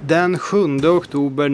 Den 7 oktober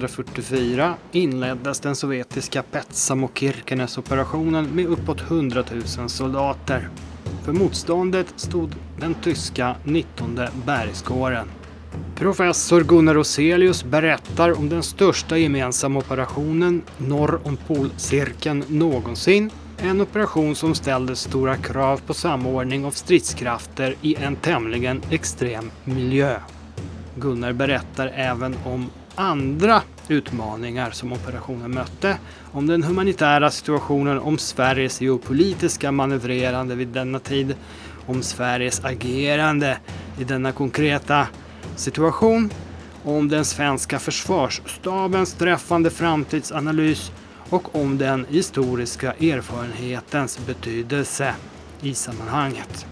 1944 inleddes den sovjetiska Petsamo Kirkenes-operationen med uppåt 100 000 soldater. För motståndet stod den tyska 19:e bergskåren. Professor Gunnar Roselius berättar om den största gemensamma operationen norr om polcirkeln någonsin. En operation som ställde stora krav på samordning av stridskrafter i en tämligen extrem miljö. Gunnar berättar även om andra utmaningar som operationen mötte, om den humanitära situationen, om Sveriges geopolitiska manövrerande vid denna tid, om Sveriges agerande i denna konkreta situation, om den svenska försvarsstabens träffande framtidsanalys och om den historiska erfarenhetens betydelse i sammanhanget.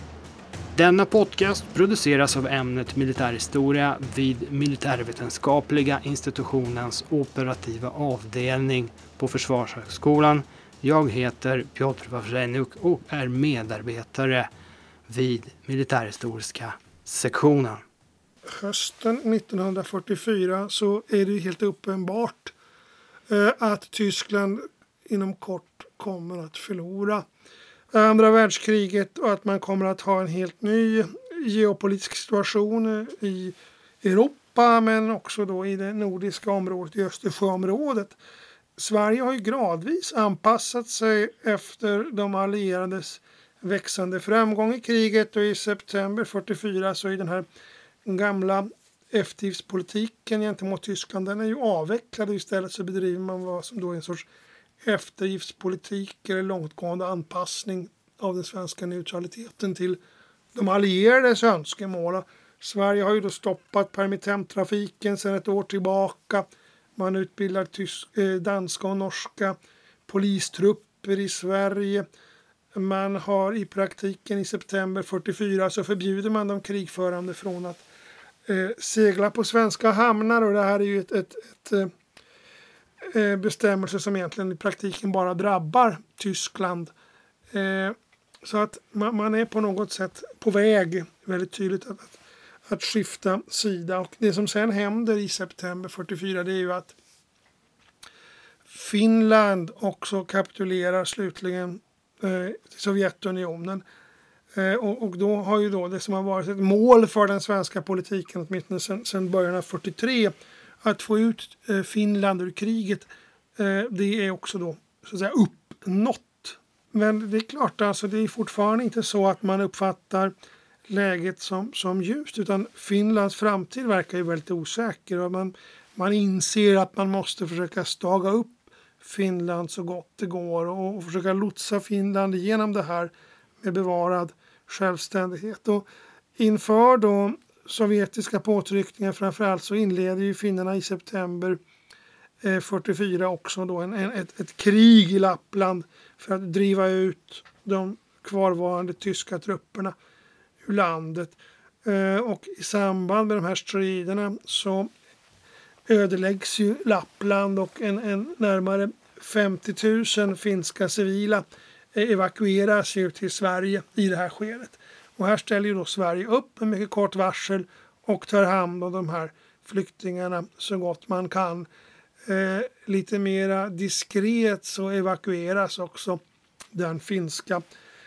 Denna podcast produceras av ämnet militärhistoria vid Militärvetenskapliga institutionens operativa avdelning på Försvarshögskolan. Jag heter Piotr Wawrzeniuk och är medarbetare vid militärhistoriska sektionen. Hösten 1944 så är det helt uppenbart att Tyskland inom kort kommer att förlora andra världskriget och att man kommer att ha en helt ny geopolitisk situation i Europa, men också då i det nordiska området, i Östersjöområdet. Sverige har ju gradvis anpassat sig efter de allierades växande framgång i kriget, och i september 44 så är den här gamla eftergiftspolitiken gentemot Tyskland, den är ju avvecklad, och istället så bedriver man vad som då är en sorts eftergiftspolitik eller långtgående anpassning av den svenska neutraliteten till de allierades önskemål. Sverige har ju då stoppat permittenttrafiken sedan ett år tillbaka. Man utbildar danska och norska polistrupper i Sverige. Man har i praktiken i september 44 så förbjuder man de krigförande från att segla på svenska hamnar, och det här är ju ett bestämmelser som egentligen i praktiken bara drabbar Tyskland. Så att man är på något sätt på väg väldigt tydligt att skifta sida. Och det som sen händer i september 44, det är ju att Finland också kapitulerar slutligen till Sovjetunionen. Och då har ju då det som har varit ett mål för den svenska politiken åtminstone sedan början av 43, att få ut Finland ur kriget, det är också då så att säga uppnått. Men det är klart, alltså, det är fortfarande inte så att man uppfattar läget som ljust, utan Finlands framtid verkar ju väldigt osäker, och man inser att man måste försöka staga upp Finland så gott det går och försöka lotsa Finland igenom det här med bevarad självständighet. Och inför då sovjetiska påtryckningar framförallt så inleder ju finnarna i september 44 också då ett krig i Lappland för att driva ut de kvarvarande tyska trupperna ur landet. Och i samband med de här striderna så ödeläggs ju Lappland, och en närmare 50 000 finska civila evakueras ju till Sverige i det här skedet. Och här ställer ju då Sverige upp med mycket kort varsel och tar hand om de här flyktingarna så gott man kan. Lite mera diskret så evakueras också den finska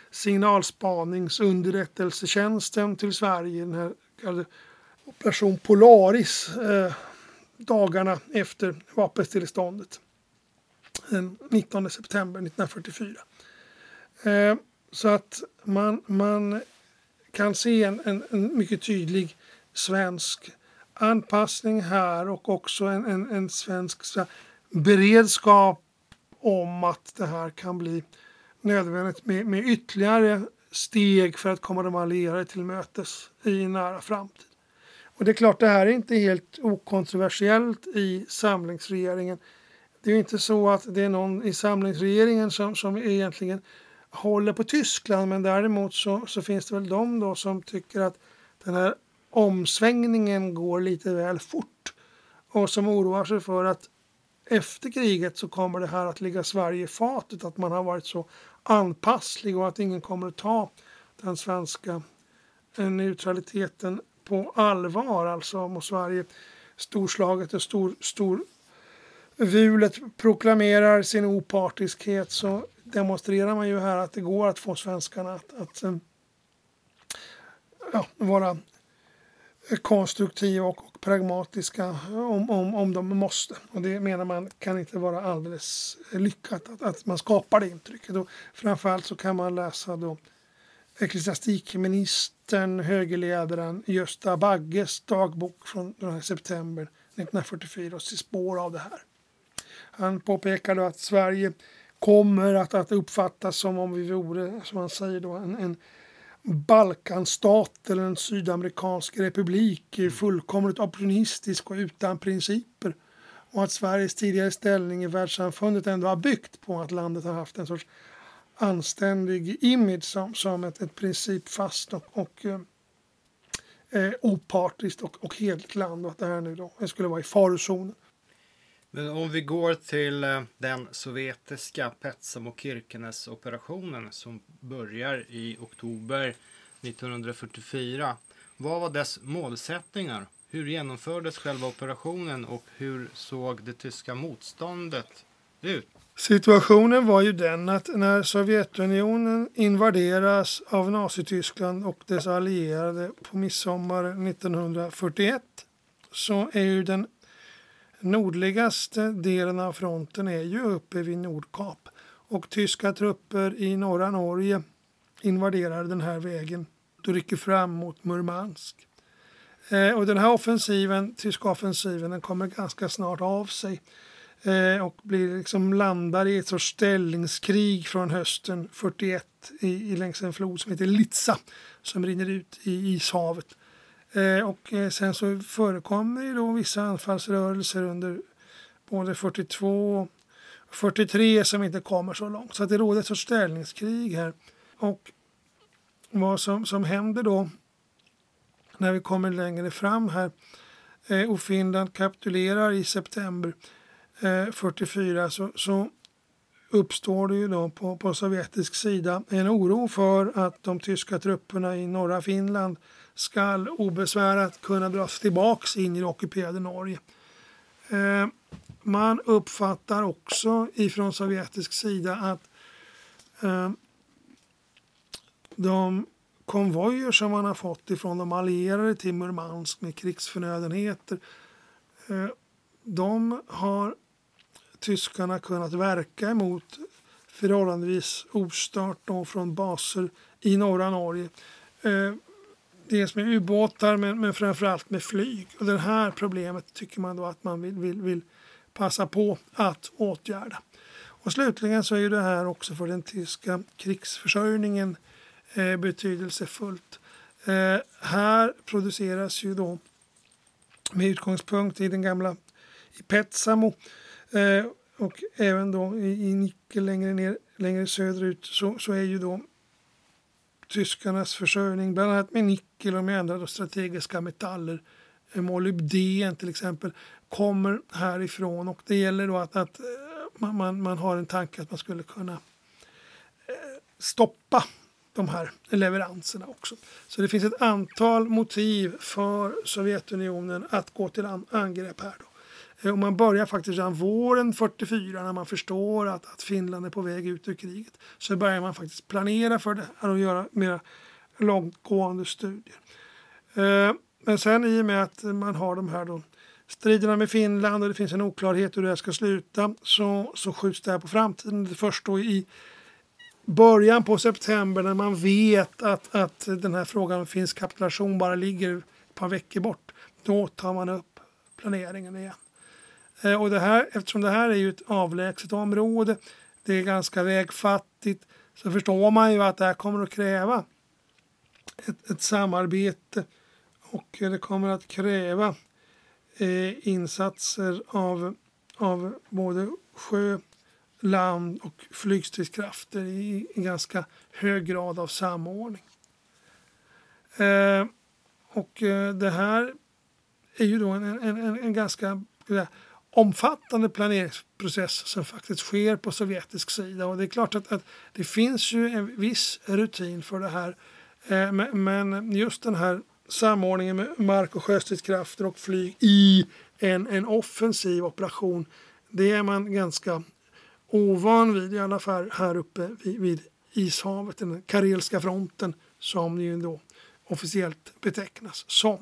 signalspaningsunderrättelsetjänsten till Sverige, den här kallade Operation Polaris, dagarna efter vapenstilleståndet den 19 september 1944. Så att man kan se en mycket tydlig svensk anpassning här, och också en svensk beredskap om att det här kan bli nödvändigt med ytterligare steg för att komma de allierade till mötes i en nära framtid. Och det är klart, det här är inte helt okontroversiellt i samlingsregeringen. Det är inte så att det är någon i samlingsregeringen som egentligen håller på Tyskland, men däremot så finns det väl de då som tycker att den här omsvängningen går lite väl fort, och som oroar sig för att efter kriget så kommer det här att ligga Sverige i fatet, att man har varit så anpasslig och att ingen kommer att ta den svenska neutraliteten på allvar. Alltså om Sverige storslaget och storvulet proklamerar sin opartiskhet, så demonstrerar man ju här att det går att få svenskarna att vara konstruktiva och pragmatiska om de måste. Och det menar man kan inte vara alldeles lyckat att man skapar det intrycket. Och framförallt så kan man läsa då ecklesiastikministern, högerledaren Gösta Bagges dagbok från den här september 1944 och se spår av det här. Han påpekar då att Sverige kommer att uppfattas som om vi vore, som han säger då, en Balkanstat eller en sydamerikansk republik, fullkomligt opportunistisk och utan principer. Och att Sveriges tidigare ställning i världssamfundet ändå har byggt på att landet har haft en sorts anständig image som ett principfast och opartiskt och helt land, och att det här nu då skulle vara i farozonen. Men om vi går till den sovjetiska Petsamo Kirkenes-operationen som börjar i oktober 1944. Vad var dess målsättningar? Hur genomfördes själva operationen och hur såg det tyska motståndet ut? Situationen var ju den att när Sovjetunionen invaderas av Nazityskland och dess allierade på midsommar 1941, så är ju den nordligaste delen av fronten är ju uppe vid Nordkap, och tyska trupper i norra Norge invaderar den här vägen. Då rycker fram mot Murmansk. Och den här offensiven, tyska offensiven, den kommer ganska snart av sig och blir liksom landar i ett sorts ställningskrig från hösten 41 längs en flod som heter Litsa som rinner ut i ishavet. Och sen så förekommer ju då vissa anfallsrörelser under både 42 och 43 som inte kommer så långt. Så att det råder ett sorts ställningskrig här. Och vad som händer då när vi kommer längre fram här och Finland kapitulerar i september 44, så uppstår det ju då på sovjetisk sida en oro för att de tyska trupperna i norra Finland ska obesvärat kunna dras tillbaks in i det ockuperade Norge. Man uppfattar också ifrån sovjetisk sida att de konvojer som man har fått ifrån de allierade till Murmansk med krigsförnödenheter, de har tyskarna kunnat verka emot förhållandevis ostört då från baser i norra Norge. Dels med ubåtar men framförallt med flyg. Och det här problemet tycker man då att man vill passa på att åtgärda. Och slutligen så är ju det här också för den tyska krigsförsörjningen betydelsefullt. Här produceras ju då med utgångspunkt i den gamla i Petsamo och även då i Nickel längre söderut så är ju då tyskarnas försörjning bland annat med nickel och med andra då strategiska metaller, molybden till exempel, kommer härifrån, och det gäller då att man har en tanke att man skulle kunna stoppa de här leveranserna också. Så det finns ett antal motiv för Sovjetunionen att gå till angrepp här då. Och man börjar faktiskt redan våren 44 när man förstår att Finland är på väg ut ur kriget. Så börjar man faktiskt planera för det här och göra mer långtgående studier. Men sen i och med att man har de här då striderna med Finland och det finns en oklarhet hur det här ska sluta, så skjuts det här på framtiden. Det först då i början på september när man vet att den här frågan om finsk kapitulation bara ligger ett par veckor bort. Då tar man upp planeringen igen. Och det här, eftersom det här är ju ett avlägset område, det är ganska vägfattigt, så förstår man ju att det här kommer att kräva ett samarbete, och det kommer att kräva insatser av både sjö, land och flygstridskrafter i ganska hög grad av samordning. Och det här är ju då en ganska omfattande planeringsprocess som faktiskt sker på sovjetisk sida, och det är klart att det finns ju en viss rutin för det här, men just den här samordningen med mark- och sjöstridskrafter och flyg i en offensiv operation. Det är man ganska ovan vid, i alla fall här uppe vid Ishavet, den Karelska fronten som det ju då officiellt betecknas som.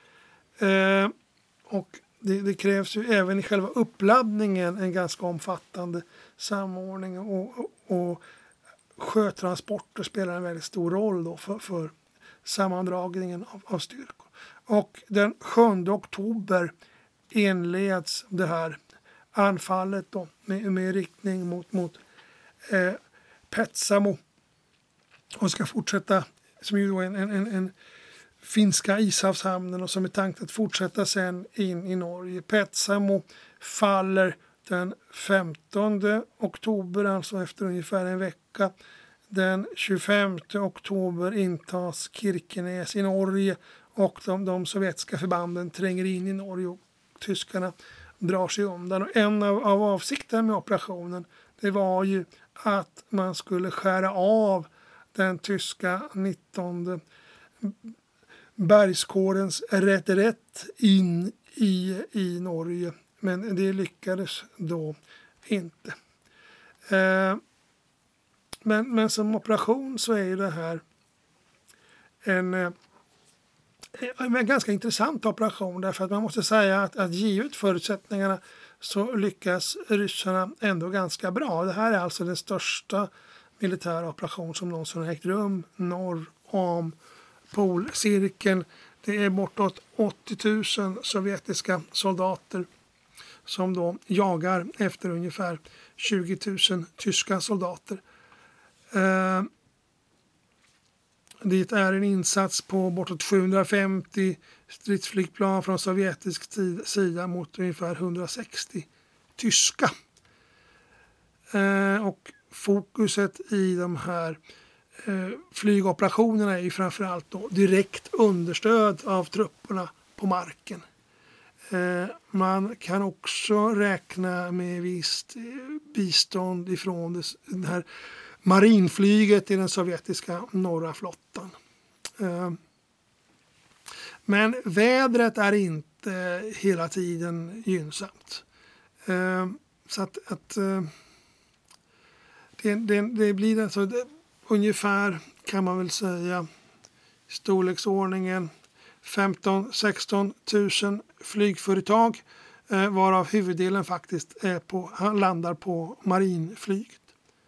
Och det krävs ju även i själva uppladdningen en ganska omfattande samordning och sjötransporter spelar en väldigt stor roll då för sammandragningen av styrkor. Och den 7 oktober inleds det här anfallet då med riktning mot Petsamo och ska fortsätta, som ju då är en finska ishavshamnen och som är tänkt att fortsätta sen in i Norge. Petsamo faller den 15 oktober, alltså efter ungefär en vecka. Den 25 oktober intas Kirkenes i Norge och de sovjetiska förbanden tränger in i Norge och tyskarna drar sig undan. Och en av avsikterna med operationen, det var ju att man skulle skära av den tyska 19 bergskårens reträtt in i Norge. Men det lyckades då inte. Men som operation så är det här en ganska intressant operation, därför att man måste säga att givet förutsättningarna så lyckas ryssarna ändå ganska bra. Det här är alltså den största militära operation som någonsin har ägt rum norr om polcirkeln. Det är bortåt 80 000 sovjetiska soldater som då jagar efter ungefär 20 000 tyska soldater. Det är en insats på bortåt 750 stridsflygplan från sovjetisk sida mot ungefär 160 tyska. Och fokuset i de här flygoperationerna är ju framförallt då direkt understöd av trupperna på marken. Man kan också räkna med visst bistånd ifrån det här marinflyget i den sovjetiska norra flottan. Men vädret är inte hela tiden gynnsamt. Så att det blir alltså ungefär, kan man väl säga, storleksordningen 15-16 000 flygföretag, varav huvuddelen faktiskt landar på marinflyget.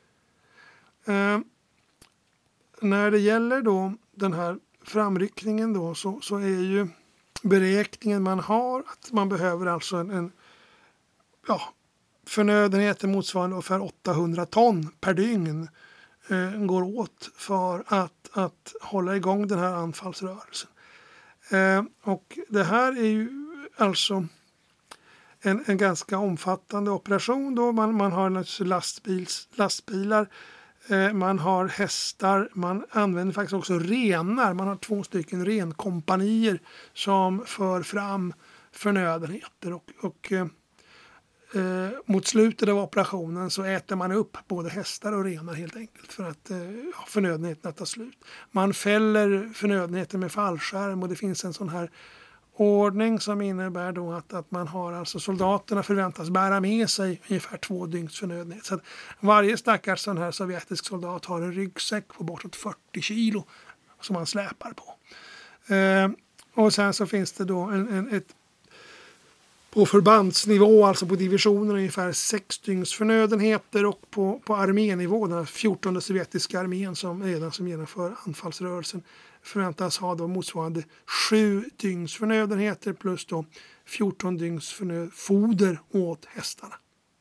När det gäller då den här framryckningen då, så är ju beräkningen man har att man behöver alltså en förnödenheter motsvarande ungefär 800 ton per dygn går åt för att hålla igång den här anfallsrörelsen. Och det här är ju alltså en ganska omfattande operation då. Man har naturligtvis lastbilar, man har hästar, man använder faktiskt också renar. Man har 2 stycken renkompanier som för fram förnödenheter och mot slutet av operationen så äter man upp både hästar och renar helt enkelt för att förnödenheterna tar slut. Man fäller förnödenheter med fallskärm och det finns en sån här ordning som innebär då att man har alltså soldaterna förväntas bära med sig ungefär 2 dygns förnödenhet. Så att varje stackars sån här sovjetisk soldat har en ryggsäck på bortåt 40 kilo som man släpar på. Och sen så finns det då ett på förbandsnivå, alltså på divisionen, ungefär 6 dygns förnödenheter och på arménivå, den 14:e sovjetiska armén som är den som genomför anfallsrörelsen, förväntas ha då motsvarande 7 dygns förnödenheter plus då 14 dygns foder åt hästarna.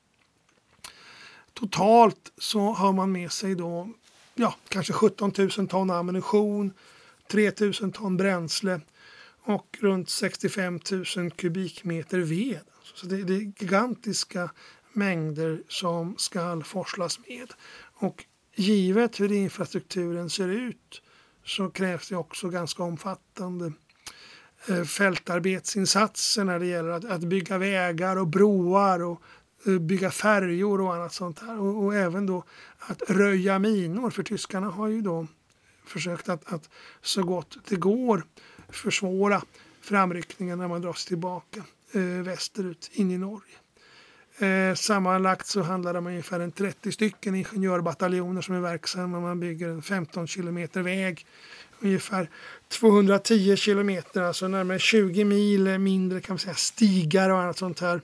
Totalt så har man med sig då kanske 17 000 ton ammunition, 3 000 ton bränsle och runt 65 000 kubikmeter ved. Så det är gigantiska mängder som ska forslas med. Och givet hur infrastrukturen ser ut så krävs det också ganska omfattande fältarbetsinsatser när det gäller att bygga vägar och broar och bygga färjor och annat sånt här. Och även då att röja minor, för tyskarna har ju då försökt att så gott det går försvåra framryckningen när man drar sig tillbaka västerut in i Norge. Sammanlagt så handlar det om ungefär 30 stycken ingenjörbataljoner som är verksamma. Man bygger en 15 kilometer väg, ungefär 210 kilometer, alltså närmare 20 mil mindre kan man säga, stigar och annat sånt här.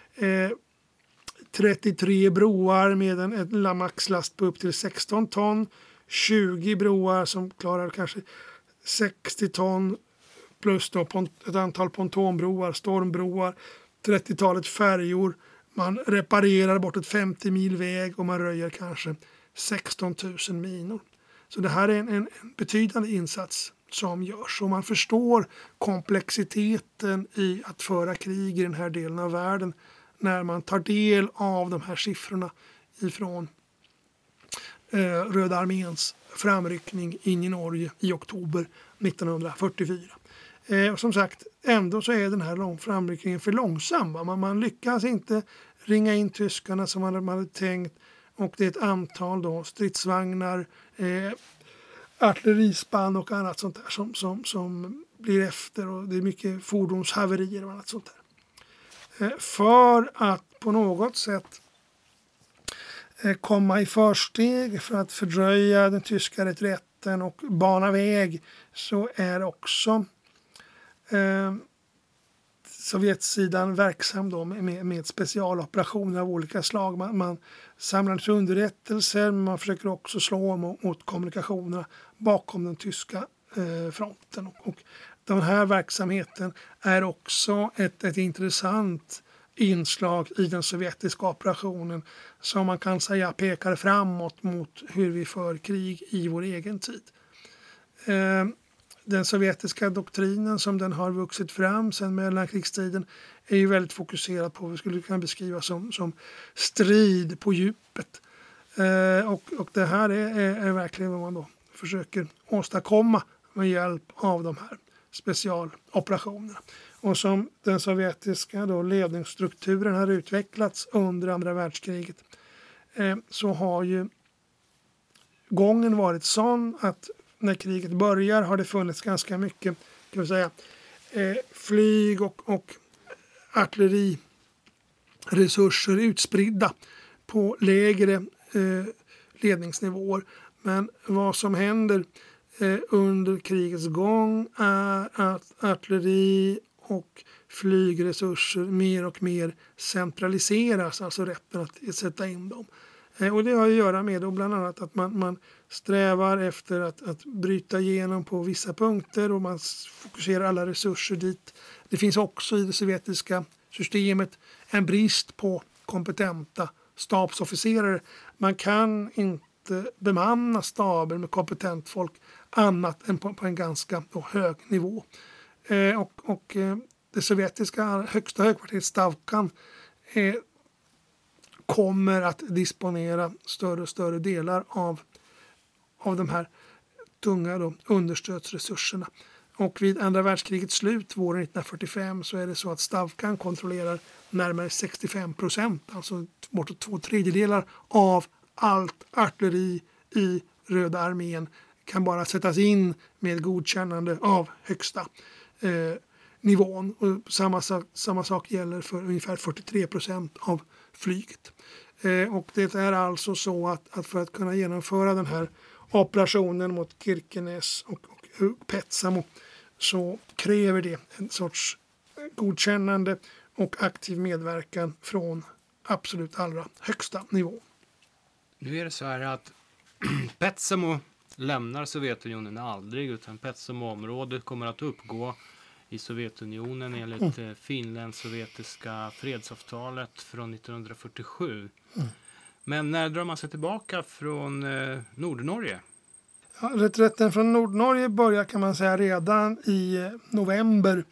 33 broar med en maxlast på upp till 16 ton. 20 broar som klarar kanske 60 ton plus då ett antal pontonbroar, stormbroar, 30-talet färjor. Man reparerar bortåt 50 mil väg och man röjer kanske 16 000 minor. Så det här är en betydande insats som görs. Och man förstår komplexiteten i att föra krig i den här delen av världen när man tar del av de här siffrorna ifrån Röda arméns framryckning in i Norge i oktober 1944. Och som sagt, ändå så är den här framryckningen för långsam. Man lyckas inte ringa in tyskarna som man hade tänkt, och det är ett antal då stridsvagnar, artillerispann och annat sånt där som blir efter, och det är mycket fordonshaverier och annat sånt där. För att på något sätt komma i försteg, för att fördröja den tyska reträtten och bana väg, så är också Sovjetsidan verksam då med specialoperationer av olika slag. Man samlar underrättelser, men man försöker också slå mot kommunikationerna bakom den tyska fronten. Och den här verksamheten är också ett intressant inslag i den sovjetiska operationen som man kan säga pekar framåt mot hur vi för krig i vår egen tid. Den sovjetiska doktrinen som den har vuxit fram sedan mellankrigstiden är ju väldigt fokuserad på vad vi skulle kunna beskriva som strid på djupet. Och det här är verkligen vad man då försöker åstadkomma med hjälp av de här specialoperationerna. Och som den sovjetiska då ledningsstrukturen har utvecklats under andra världskriget så har ju gången varit sån att när kriget börjar har det funnits ganska mycket, kan vi säga, flyg och artilleriresurser utspridda på lägre ledningsnivåer. Men vad som händer under krigets gång är att artilleri och flygresurser mer och mer centraliseras, alltså rätten att sätta in dem. Och det har att göra med då bland annat att man strävar efter att bryta igenom på vissa punkter, och man fokuserar alla resurser dit. Det finns också i det sovjetiska systemet en brist på kompetenta stabsofficerare. Man kan inte bemanna staber med kompetent folk annat än på en ganska hög nivå. Och det sovjetiska högsta högkvarteret Stavkan kommer att disponera större och större delar av de här tunga då, understödsresurserna. Och vid andra världskrigets slut våren 1945 så är det så att Stavkan kontrollerar närmare 65%, alltså bortåt 2/3 av allt artilleri i Röda armén kan bara sättas in med godkännande av högsta nivån. Och samma sak gäller för ungefär 43% av flyget. Och det är alltså så att för att kunna genomföra den här operationen mot Kirkenes och Petsamo så kräver det en sorts godkännande och aktiv medverkan från absolut allra högsta nivå. Nu är det så här att Petsamo lämnar Sovjetunionen aldrig, utan Petsamo-området kommer att uppgå i Sovjetunionen enligt finländsk-sovjetiska fredsavtalet från 1947. Men när drar man sig tillbaka från Nordnorge? Ja, reträtten från Nordnorge börjar kan man säga redan i november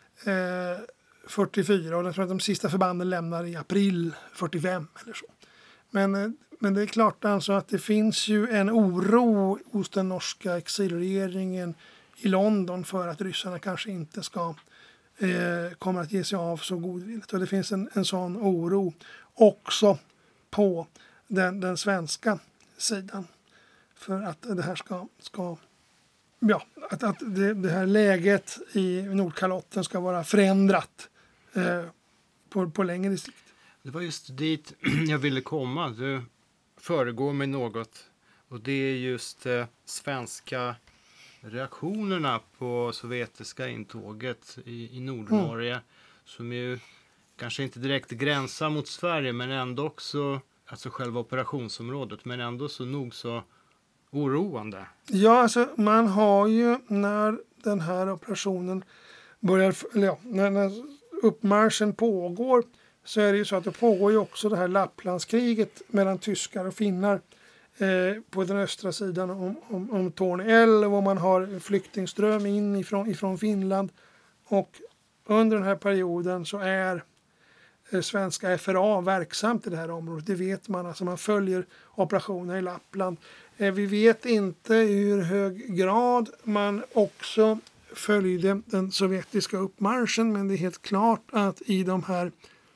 44, och jag tror att de sista förbanden lämnar i april 45 eller så. Men det är klart alltså att det finns ju en oro hos den norska exilregeringen i London för att ryssarna kanske inte kommer att ge sig av så godvilligt. Och det finns en sån oro också på den svenska sidan för att det här ska att det här läget i Nordkalotten ska vara förändrat på längre sikt. Det var just dit jag ville komma. Du föregår mig något. Och det är just svenska reaktionerna på sovjetiska intåget i Nordnorge. Som ju kanske inte direkt gränsar mot Sverige, men ändå också, alltså själva operationsområdet, men ändå så nog så oroande. Ja, alltså man har ju när den här operationen börjar, när uppmarschen pågår, så är det ju så att det pågår ju också det här Lapplandskriget mellan tyskar och finnar på den östra sidan om Torne älv, och man har flyktingström in ifrån Finland, och under den här perioden så är svenska FRA verksamt i det här området. Det vet man, alltså man följer operationer i Lappland. Vi vet inte i hur hög grad man också följde den sovjetiska uppmarschen, men det är helt klart att i de här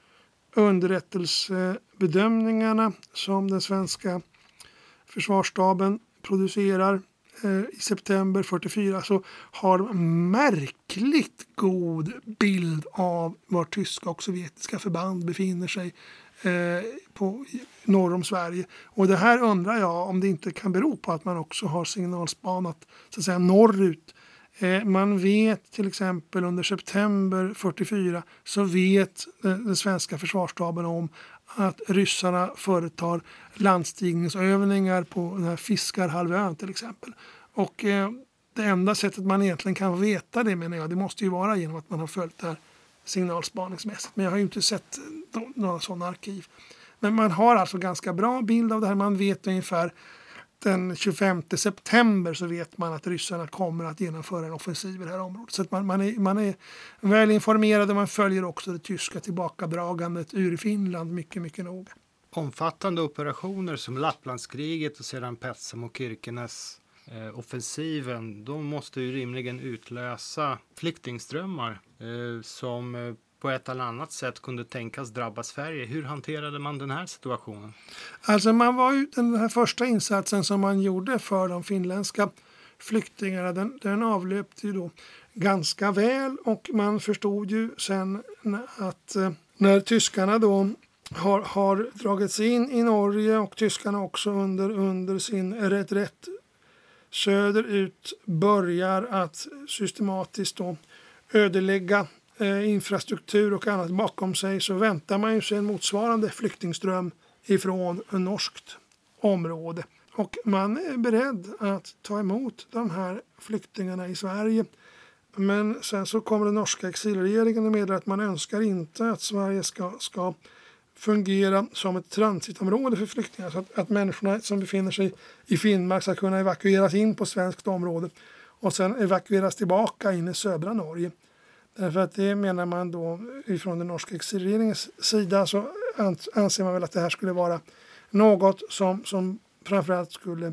underrättelsebedömningarna som den svenska försvarsstaben producerar i september 44, så har de märkligt god bild av var tyska och sovjetiska förband befinner sig norr om Sverige. Och det här undrar jag om det inte kan bero på att man också har signalspanat så att säga norrut. Man vet till exempel under september 44 så vet den svenska försvarsstaben om att ryssarna företar landstigningsövningar på den här Fiskarhalvön till exempel. Och det enda sättet man egentligen kan veta det, menar jag, det måste ju vara genom att man har följt det här signalspaningsmässigt. Men jag har ju inte sett några sådana arkiv. Men man har alltså ganska bra bild av det här. Man vet ungefär den 25 september så vet man att ryssarna kommer att genomföra en offensiv i det här området. Så att man är väl informerad, och man följer också det tyska tillbakadragandet ur Finland mycket, mycket noga. Omfattande operationer som Lapplandskriget och sedan Petsamo och Kirkenes offensiven, de måste ju rimligen utlösa flyktingströmmar som på ett eller annat sätt kunde tänkas drabba Sverige. Hur hanterade man den här situationen? Alltså man var ju, den här första insatsen som man gjorde för de finländska flyktingarna, den avlöpte ju då ganska väl, och man förstod ju sen att när tyskarna då har dragits in i Norge, och tyskarna också under sin reträtt söderut börjar att systematiskt då ödelägga infrastruktur och annat bakom sig, så väntar man ju sig en motsvarande flyktingström ifrån en norskt område. Och man är beredd att ta emot de här flyktingarna i Sverige. Men sen så kommer den norska exilregeringen och meddelar att man önskar inte att Sverige ska fungera som ett transitområde för flyktingar, så att människorna som befinner sig i Finnmark ska kunna evakueras in på svenskt område och sen evakueras tillbaka in i södra Norge. Därför att det menar man då ifrån den norska exilregeringens sida, så anser man väl att det här skulle vara något som framförallt skulle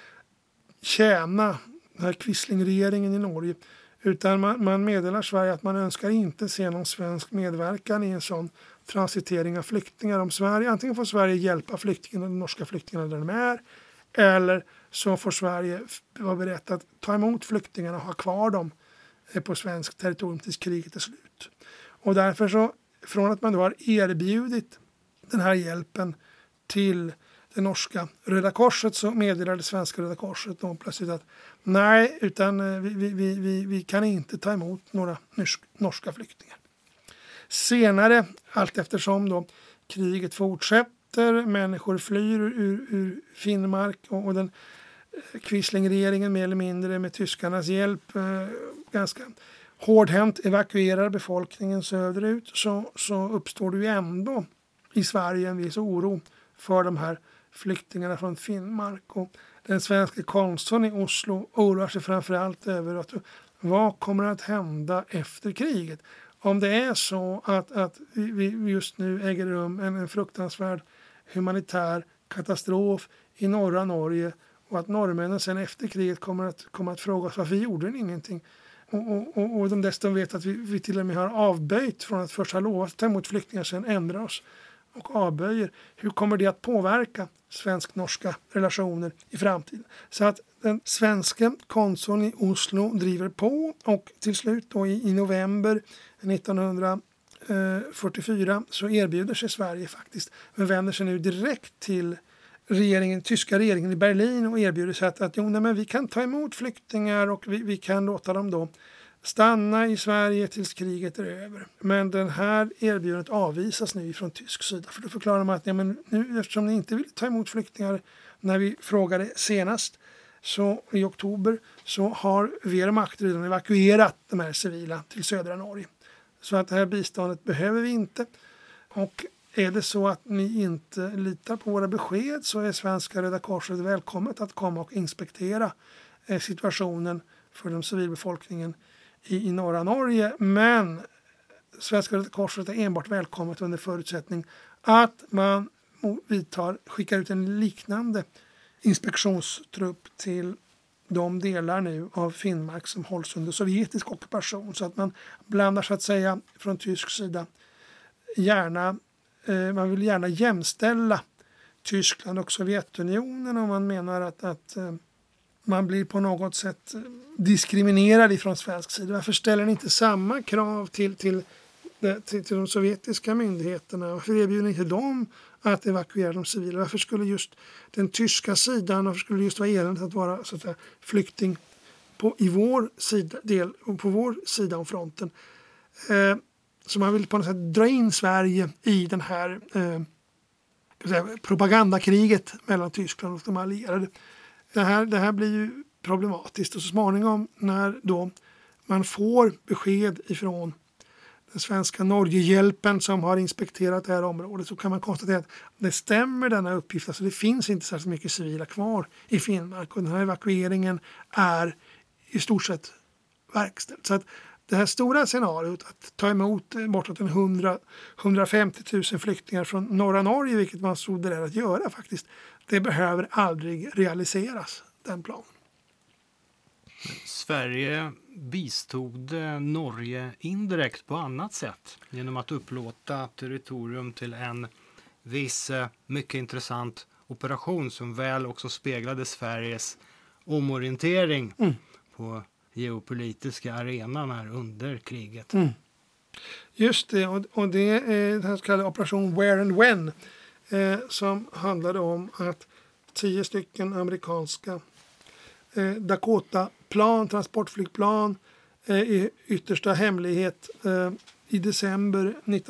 tjäna den här Quisling-regeringen i Norge. Utan man meddelar Sverige att man önskar inte se någon svensk medverkan i en sån transitering av flyktingar. Om Sverige, antingen får Sverige hjälpa flyktingarna, de norska flyktingarna där de är, eller så får Sverige vara berett att ta emot flyktingarna och ha kvar dem på svensk territorium tills kriget är slut. Och därför så, från att man då har erbjudit den här hjälpen till det norska Röda Korset, så meddelade det svenska Röda Korset då plötsligt att nej, utan vi kan inte ta emot några norska flyktingar. Senare, allt eftersom då kriget fortsätter, människor flyr ur Finnmark, och den Quisling-regeringen mer eller mindre med tyskarnas hjälp ganska hårdhänt evakuerar befolkningen söderut, så uppstår det ju ändå i Sverige en viss oro för de här flyktingarna från Finnmark. Och den svenska konsuln i Oslo oroar sig framförallt över att vad kommer att hända efter kriget. Om det är så att vi just nu äger rum en fruktansvärd humanitär katastrof i norra Norge, och att norrmännen sen efter kriget kommer att fråga oss varför gjorde ni ingenting. Och de dessutom vet att vi till och med har avböjt från att först ha lovat att ta emot flyktingar, sen ändra oss. och avböjer, hur kommer det att påverka svensk-norska relationer i framtiden? Så att den svenska konsuln i Oslo driver på, och till slut då i november 1944 så erbjuder sig Sverige faktiskt, men vänder sig nu direkt till tyska regeringen i Berlin och erbjuder sig att men vi kan ta emot flyktingar och vi kan låta dem då stanna i Sverige tills kriget är över. Men den här erbjudandet avvisas nu från tysk sida. För då förklarar man att nu, eftersom ni inte vill ta emot flyktingar när vi frågade senast, så i oktober, så har Wehrmacht redan evakuerat de här civila till södra Norge. Så att det här biståndet behöver vi inte. Och är det så att ni inte litar på våra besked, så är Svenska Röda Korset välkommet att komma och inspektera situationen för den civilbefolkningen i norra Norge. Men Svenska Röda Korset är enbart välkommet under förutsättning att man skickar ut en liknande inspektionstrupp till de delar nu av Finnmark som hålls under sovjetisk ockupation, så att man blandar, så att säga, från tysk sida man vill gärna jämställa Tyskland och Sovjetunionen, och man menar att man blir på något sätt diskriminerad ifrån svensk sida. Varför ställer ni inte samma krav till de sovjetiska myndigheterna? Varför erbjuder ni inte dem att evakuera de civila? Varför skulle just den tyska sidan, varför skulle det just vara eländigt att vara, så att säga, flykting på vår sida av fronten? Så man vill på något sätt dra in Sverige i den här propagandakriget mellan Tyskland och de allierade. Det här blir ju problematiskt, och så småningom när då man får besked ifrån den svenska Norgehjälpen som har inspekterat det här området, så kan man konstatera att det stämmer, denna uppgift. Alltså det finns inte särskilt mycket civila kvar i Finnmark, och den här evakueringen är i stort sett verkställd. Så att det här stora scenariot att ta emot bortåt 150 000 flyktingar från norra Norge, vilket man stod beredd att göra faktiskt, det behöver aldrig realiseras, den planen. Sverige bistod Norge indirekt på annat sätt genom att upplåta territorium till en viss mycket intressant operation som väl också speglade Sveriges omorientering på geopolitiska arenan här under kriget. Just det, och det är den här så kallade operation Where and When, som handlade om att 10 stycken amerikanska Dakota-plan, transportflygplan, i yttersta hemlighet i december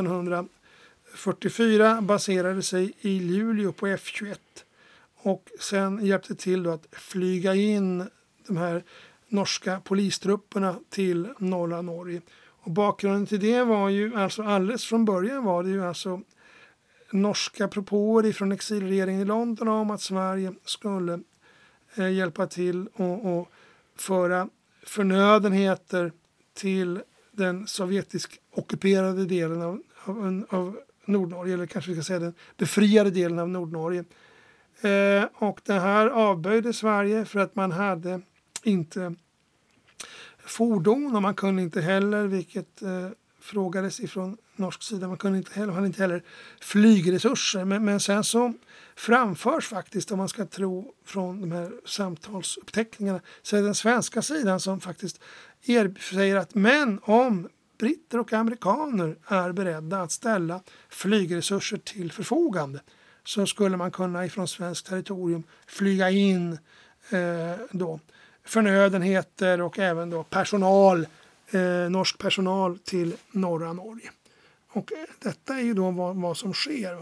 1944 baserade sig i Luleå på F-21 och sen hjälpte till då att flyga in de här norska polistrupperna till norra Norge. Och bakgrunden till det var ju alltså, alldeles från början var det ju alltså norska propåer från exilregeringen i London om att Sverige skulle hjälpa till och föra förnödenheter till den sovjetisk ockuperade delen av Nordnorge, eller kanske vi ska säga den befriade delen av Nordnorge. Och det här avböjde Sverige för att man hade inte fordon, och man kunde inte heller, vilket frågades ifrån norsk sida, man hade inte heller flygresurser. Men sen så framförs faktiskt, om man ska tro från de här samtalsuppteckningarna, så är den svenska sidan som faktiskt säger att men om britter och amerikaner är beredda att ställa flygresurser till förfogande, så skulle man kunna ifrån svenskt territorium flyga in då förnödenheter och även då norsk personal till norra Norge. Och detta är ju då vad som sker.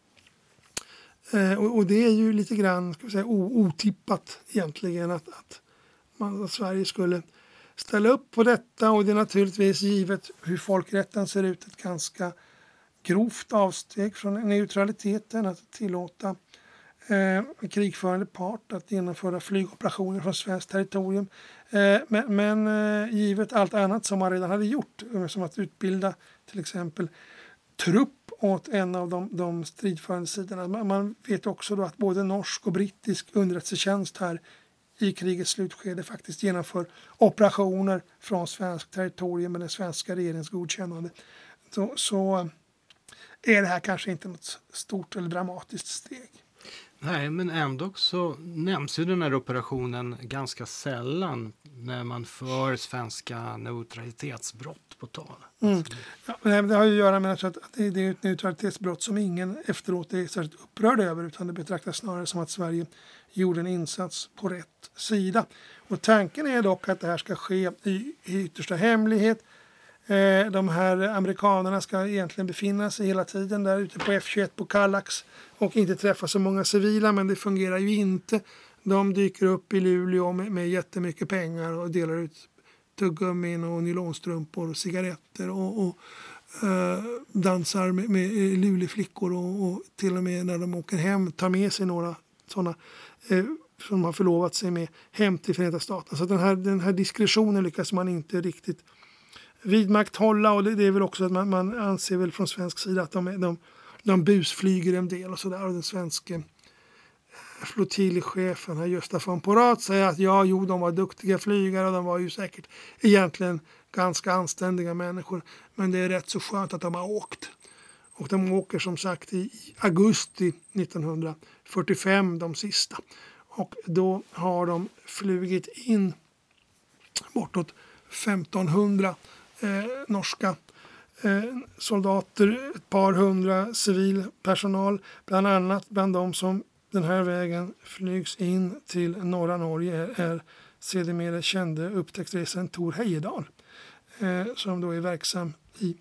Och det är ju lite grann, ska vi säga, otippat egentligen att Sverige skulle ställa upp på detta, och det är naturligtvis, givet hur folkrätten ser ut, ett ganska grovt avsteg från neutraliteten att tillåta krigförande part att genomföra flygoperationer från svenskt territorium. Men givet allt annat som man redan hade gjort, som att utbilda till exempel trupp åt en av de stridförande sidorna. Man vet också då att både norsk och brittisk underrättelsetjänst här i krigets slutskede faktiskt genomför operationer från svenskt territorium med den svenska regeringens godkännande. Så är det här kanske inte något stort eller dramatiskt steg. Nej, men ändå så nämns ju den här operationen ganska sällan när man för svenska neutralitetsbrott på tal. Ja, det har ju att göra med att det är ett neutralitetsbrott som ingen efteråt är särskilt upprörd över, utan det betraktas snarare som att Sverige gjorde en insats på rätt sida. Och tanken är dock att det här ska ske i yttersta hemlighet. De här amerikanerna ska egentligen befinna sig hela tiden där ute på F21 på Kallax och inte träffa så många civila, men det fungerar ju inte. De dyker upp i Luleå med jättemycket pengar och delar ut tuggummin och nylonstrumpor och cigaretter och dansar med Luleåflickor och till och med när de åker hem tar med sig några sådana som de har förlovat sig med hem till Förenta Staterna. Så den här diskretionen lyckas man inte riktigt vidmakthålla, och det är väl också att man anser väl från svensk sida att de busflyger en del och sådär, och den svenska flottiljchefen här, Gösta von Porat, säger att de var duktiga flygare och de var ju säkert egentligen ganska anständiga människor, men det är rätt så skönt att de har åkt. Och de åker som sagt i augusti 1945 de sista, och då har de flugit in bortåt 1500 norska soldater, ett par hundra civil personal, bland annat bland de som den här vägen flygs in till norra Norge är sedermera kände upptäcktsresaren Tor Heyerdahl, som då är verksam i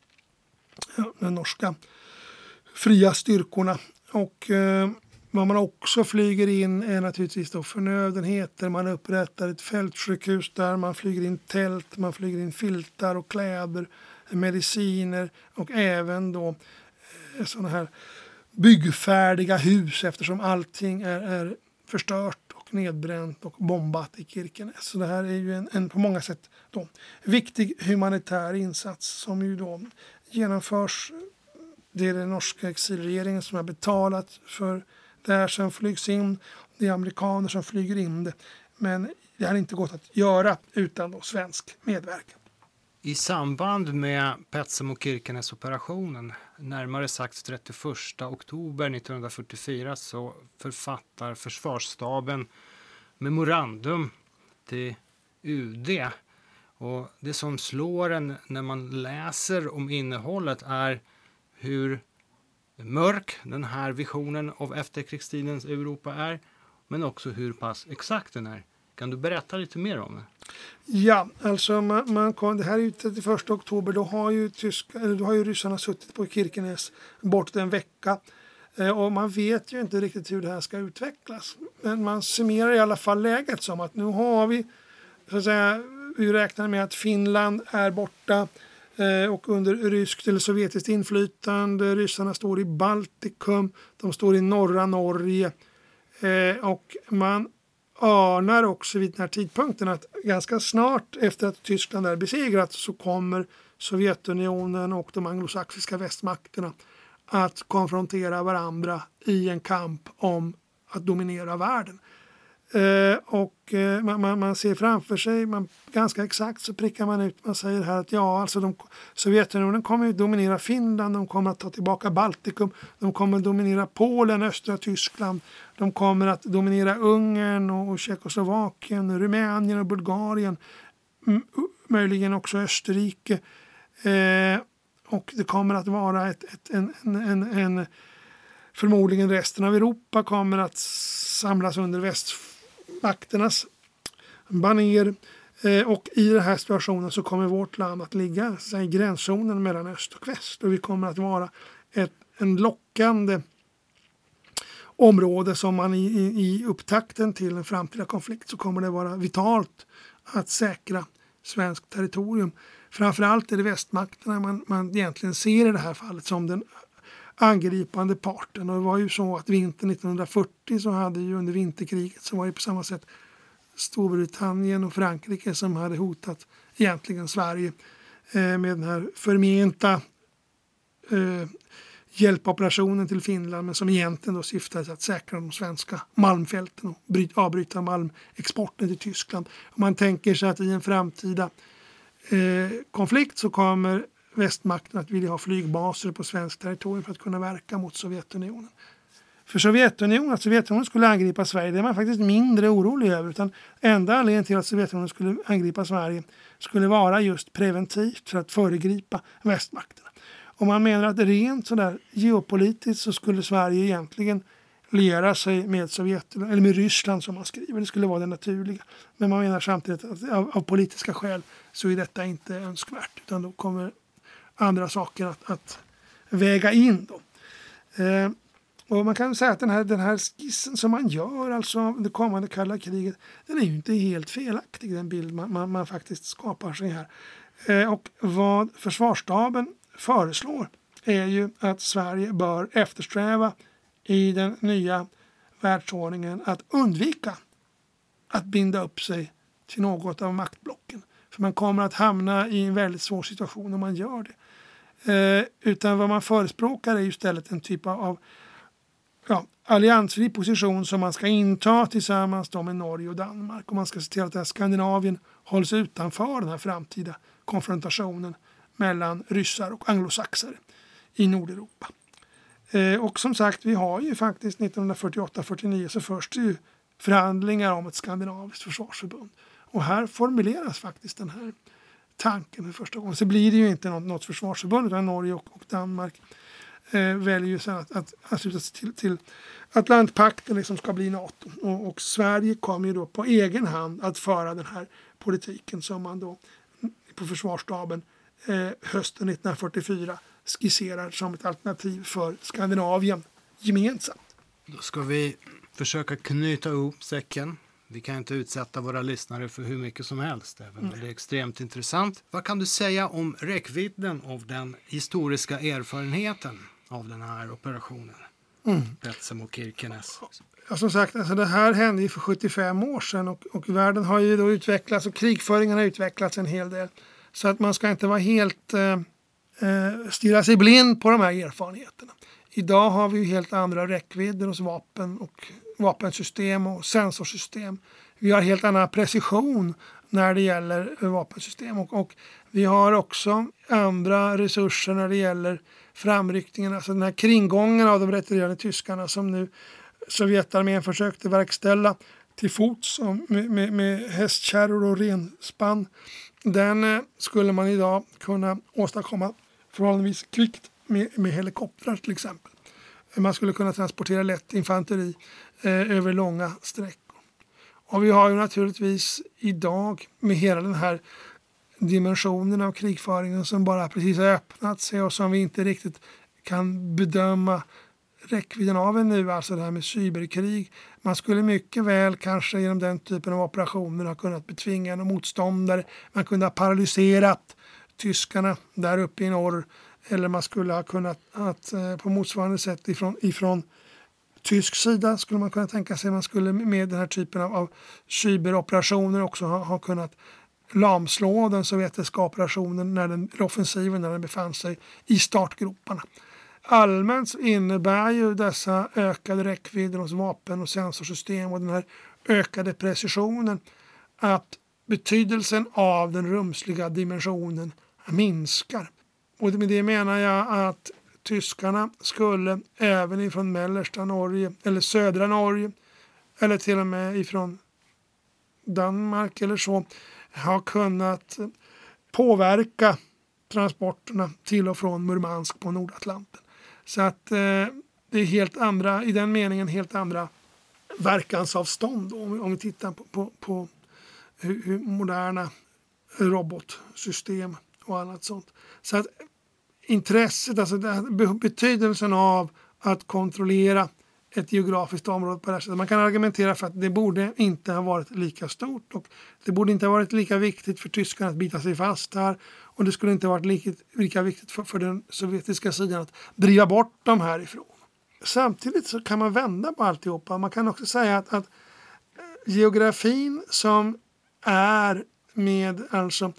de norska fria styrkorna. Och vad man också flyger in är naturligtvis då förnödenheter. Man upprättar ett fältsjukhus där, man flyger in tält, man flyger in filtar och kläder, mediciner och även då sådana här byggfärdiga hus, eftersom allting är förstört och nedbränt och bombat i Kirkenes. Så det här är ju en på många sätt då viktig humanitär insats som ju då genomförs. Det är den norska exilregeringen som har betalat för det här som flygs in. Det är amerikaner som flyger in det. Men det har inte gått att göra utan då svensk medverkan. I samband med Petsamo Kirkenes-operationen, närmare sagt 31 oktober 1944, så författar försvarsstaben memorandum till UD. Och det som slår en när man läser om innehållet är hur mörk den här visionen av efterkrigstidens Europa är, men också hur pass exakt den är. Kan du berätta lite mer om det? Ja, alltså det här är ju 31 oktober, då har ju ryssarna suttit på Kirkenes bort en vecka. Och man vet ju inte riktigt hur det här ska utvecklas. Men man summerar i alla fall läget som att nu har vi, så att säga, vi räknar med att Finland är borta och under ryskt eller sovjetiskt inflytande. Ryssarna står i Baltikum, de står i norra Norge och man anar också vid den här tidpunkten att ganska snart efter att Tyskland är besegrat så kommer Sovjetunionen och de anglosaxiska västmakterna att konfrontera varandra i en kamp om att dominera världen. Man ser framför sig, ganska exakt så prickar man ut, man säger här att alltså Sovjetunionen kommer att dominera Finland, de kommer att ta tillbaka Baltikum, de kommer att dominera Polen, östra Tyskland, de kommer att dominera Ungern och Tjeckoslovakien, Rumänien och Bulgarien, möjligen också Österrike, och det kommer att vara förmodligen resten av Europa kommer att samlas under västmakternas baner, och i den här situationen så kommer vårt land att ligga i gränszonen mellan öst och väst, och vi kommer att vara en lockande område som man i upptakten till en framtida konflikt så kommer det vara vitalt att säkra svenskt territorium. Framförallt är det västmakterna man egentligen ser i det här fallet som den angripande parten. Och det var ju så att vintern 1940 så hade ju under vinterkriget så var det på samma sätt Storbritannien och Frankrike som hade hotat egentligen Sverige med den här förmenta hjälpoperationen till Finland, men som egentligen då syftade till att säkra de svenska malmfälten och avbryta malmexporten till Tyskland. Om man tänker sig att i en framtida konflikt så kommer västmakten att vilja ha flygbaser på svenskt territorium för att kunna verka mot Sovjetunionen. För Sovjetunionen skulle angripa Sverige, det är man faktiskt mindre orolig över, utan enda anledningen till att Sovjetunionen skulle angripa Sverige skulle vara just preventivt för att föregripa västmakterna. Och man menar att rent sådär geopolitiskt så skulle Sverige egentligen liera sig med Sovjetunionen, eller med Ryssland som man skriver, det skulle vara det naturliga. Men man menar samtidigt att av politiska skäl så är detta inte önskvärt, utan då kommer andra saker att väga in då. Och man kan säga att den här skissen som man gör, alltså av det kommande kalla kriget, den är ju inte helt felaktig, den bild man faktiskt skapar sig här. Och vad försvarsstaben föreslår är ju att Sverige bör eftersträva i den nya världsordningen att undvika att binda upp sig till något av maktblocken. För man kommer att hamna i en väldigt svår situation om man gör det. Utan vad man förespråkar är ju istället en typ av alliansfri position som man ska inta tillsammans då med Norge och Danmark. Och man ska se till att Skandinavien hålls utanför den här framtida konfrontationen mellan ryssar och anglosaxare i Nordeuropa. Och som sagt, vi har ju faktiskt 1948-49 så förs det ju förhandlingar om ett skandinaviskt försvarsförbund. Och här formuleras faktiskt den här tanken för första gången. Så blir det ju inte något försvarsförbund, utan Norge och Danmark väljer ju sen att sluta sig till Atlantpakten liksom ska bli NATO. Och Sverige kommer ju då på egen hand att föra den här politiken som man då på försvarsstaben hösten 1944 skisserar som ett alternativ för Skandinavien gemensamt. Då ska vi försöka knyta ihop säcken. Vi kan inte utsätta våra lyssnare för hur mycket som helst, även om det är extremt intressant. Vad kan du säga om räckvidden av den historiska erfarenheten av den här operationen? Petsamo och Kirkenes. Ja, som sagt, alltså det här hände ju för 75 år sedan och världen har ju då utvecklats och krigföringen har utvecklats en hel del. Så att man ska inte vara helt stirra sig blind på de här erfarenheterna. Idag har vi ju helt andra räckvidder hos vapen och vapensystem och sensorsystem. Vi har helt annan precision när det gäller vapensystem och vi har också andra resurser när det gäller framryckningen. Alltså den här kringgången av de retirerande tyskarna som nu Sovjetarmén försökte verkställa till fots med hästkärror och renspann. Den skulle man idag kunna åstadkomma förhållandevis kvickt med helikoptrar till exempel. Man skulle kunna transportera lätt infanteri över långa sträckor. Och vi har ju naturligtvis idag med hela den här dimensionen av krigföringen som bara precis har öppnat sig och som vi inte riktigt kan bedöma räckvidden av ännu, alltså det här med cyberkrig. Man skulle mycket väl kanske genom den typen av operationer ha kunnat betvinga en motståndare. Man kunde ha paralyserat tyskarna där uppe i norr. Eller man skulle ha kunnat att på motsvarande sätt ifrån tysk sida skulle man kunna tänka sig man skulle med den här typen av cyberoperationer också ha kunnat lamslå den sovjetiska operationen offensiven när den befann sig i startgroparna. Allmänt så innebär ju dessa ökade räckvidder hos vapen och sensorsystem och den här ökade precisionen att betydelsen av den rumsliga dimensionen minskar. Och med det menar jag att tyskarna skulle även ifrån mellersta Norge eller södra Norge eller till och med ifrån Danmark eller så ha kunnat påverka transporterna till och från Murmansk på Nordatlanten. Så att det är helt andra, i den meningen helt andra verkansavstånd om vi tittar på hur moderna robotsystem och annat sånt. Så att intresset, alltså betydelsen av att kontrollera ett geografiskt område på det här sättet. Man kan argumentera för att det borde inte ha varit lika stort och det borde inte ha varit lika viktigt för tyskarna att bita sig fast här och det skulle inte ha varit lika viktigt för den sovjetiska sidan att driva bort dem härifrån. Samtidigt så kan man vända på alltihopa. Man kan också säga att geografin som är med alltså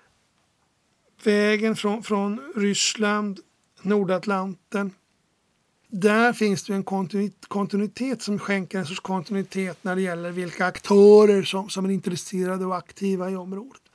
vägen från Ryssland, Nordatlanten. Där finns det en kontinuitet som skänker en sorts kontinuitet när det gäller vilka aktörer som är intresserade och aktiva i området.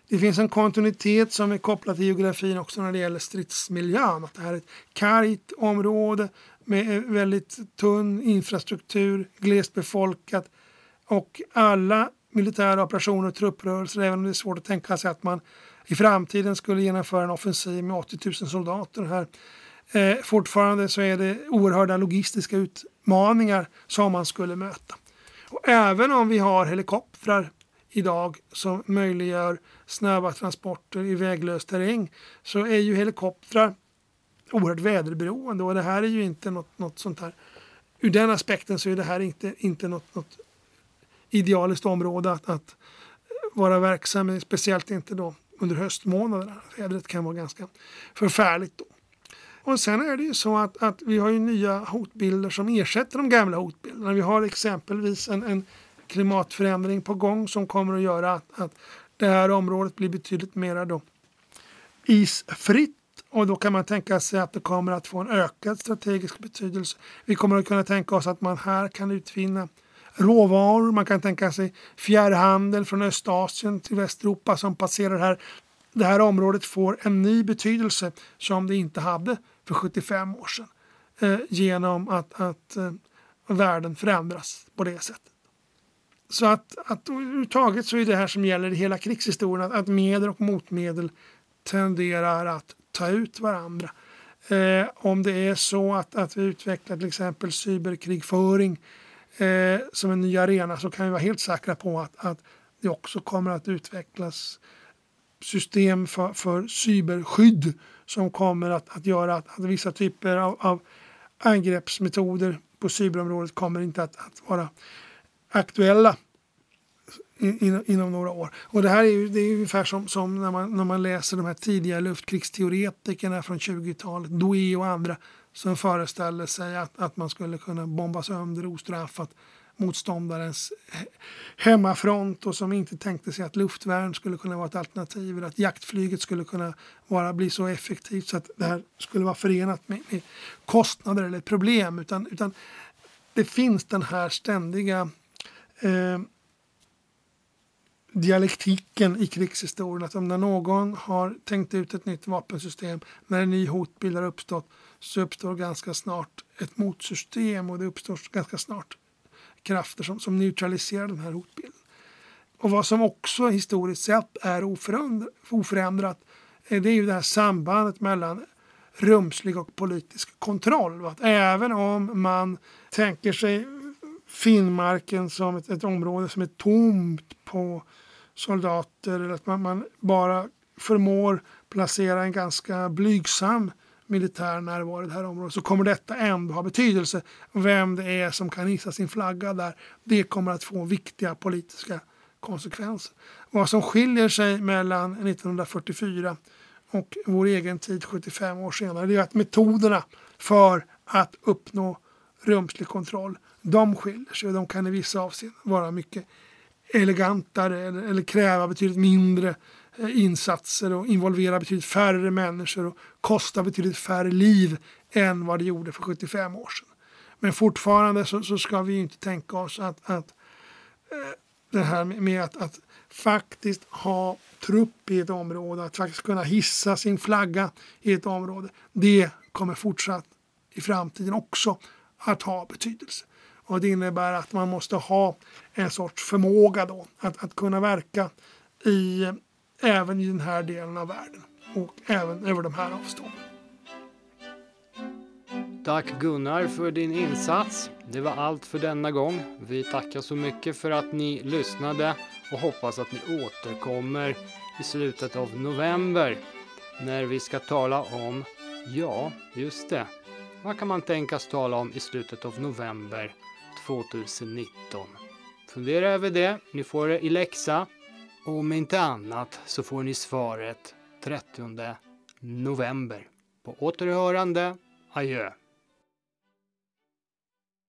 Det finns en kontinuitet som är kopplad till geografin också när det gäller stridsmiljön. Att det här är ett kargt område med väldigt tunn infrastruktur, glest befolkat och alla militära operationer och trupprörelser, även om det är svårt att tänka sig att man i framtiden skulle genomföra en offensiv med 80 000 soldater här. Fortfarande så är det oerhörda logistiska utmaningar som man skulle möta. Och även om vi har helikoptrar idag som möjliggör snabba transporter i väglös terräng, så är ju helikoptrar oerhört väderberoende, och det här är ju inte något sånt här. Ur den aspekten så är det här inte något idealiskt område att vara verksam i, speciellt inte då under höstmånaderna. Vädret kan vara ganska förfärligt då. Och sen är det ju så att vi har ju nya hotbilder som ersätter de gamla hotbilderna. Vi har exempelvis en klimatförändring på gång som kommer att göra att det här området blir betydligt mer då isfritt, och då kan man tänka sig att det kommer att få en ökad strategisk betydelse. Vi kommer att kunna tänka oss att man här kan utvinna råvaror, man kan tänka sig fjärrhandel från Östasien till Västeuropa som passerar här. Det här området får en ny betydelse som det inte hade för 75 år sedan genom att världen förändras på det sättet. Så att överhuvudtaget så är det här som gäller i hela krigshistorien, att medel och motmedel tenderar att ta ut varandra. Om det är så att vi utvecklar till exempel cyberkrigföring som en ny arena, så kan vi vara helt säkra på att det också kommer att utvecklas system för cyberskydd som kommer att göra att vissa typer av angreppsmetoder på cyberområdet kommer inte att vara aktuella inom några år. Och det här är ju ungefär som när man läser de här tidiga luftkrigsteoretikerna från 20-talet, Douhet och andra, som föreställer sig att man skulle kunna bomba sönder ostraffat motståndarens hemmafront, och som inte tänkte sig att luftvärn skulle kunna vara ett alternativ, eller att jaktflyget skulle kunna bli så effektivt så att det här skulle vara förenat med kostnader eller problem, utan det finns den här ständiga dialektiken i krigshistorien, att om när någon har tänkt ut ett nytt vapensystem, när en ny hotbild har uppstått, så uppstår ganska snart ett motsystem, och det uppstår ganska snart krafter som neutraliserar den här hotbilden. Och vad som också historiskt sett är oförändrat det är ju det här sambandet mellan rumslig och politisk kontroll. Att även om man tänker sig Finnmarken som ett område som är tomt på soldater, eller att man bara förmår placera en ganska blygsam militär närvaro i det här området, så kommer detta ändå ha betydelse. Vem det är som kan hissa sin flagga där, det kommer att få viktiga politiska konsekvenser. Vad som skiljer sig mellan 1944 och vår egen tid 75 år senare, det är att metoderna för att uppnå rumslig kontroll, de skiljer sig, och de kan i vissa avseenden vara mycket elegantare eller kräva betydligt mindre insatser och involvera betydligt färre människor och kosta betydligt färre liv än vad det gjorde för 75 år sedan. Men fortfarande så ska vi inte tänka oss att det här med att faktiskt ha trupp i ett område, att faktiskt kunna hissa sin flagga i ett område, det kommer fortsatt i framtiden också att ha betydelse. Och det innebär att man måste ha en sorts förmåga då att kunna verka även i den här delen av världen och även över de här avstånden. Tack Gunnar för din insats. Det var allt för denna gång. Vi tackar så mycket för att ni lyssnade och hoppas att ni återkommer i slutet av november när vi ska tala om, ja just det, vad kan man tänkas tala om i slutet av november 2019? Fundera över det, ni får det i läxa. Och om inte annat så får ni svaret 30 november. På återhörande, adjö.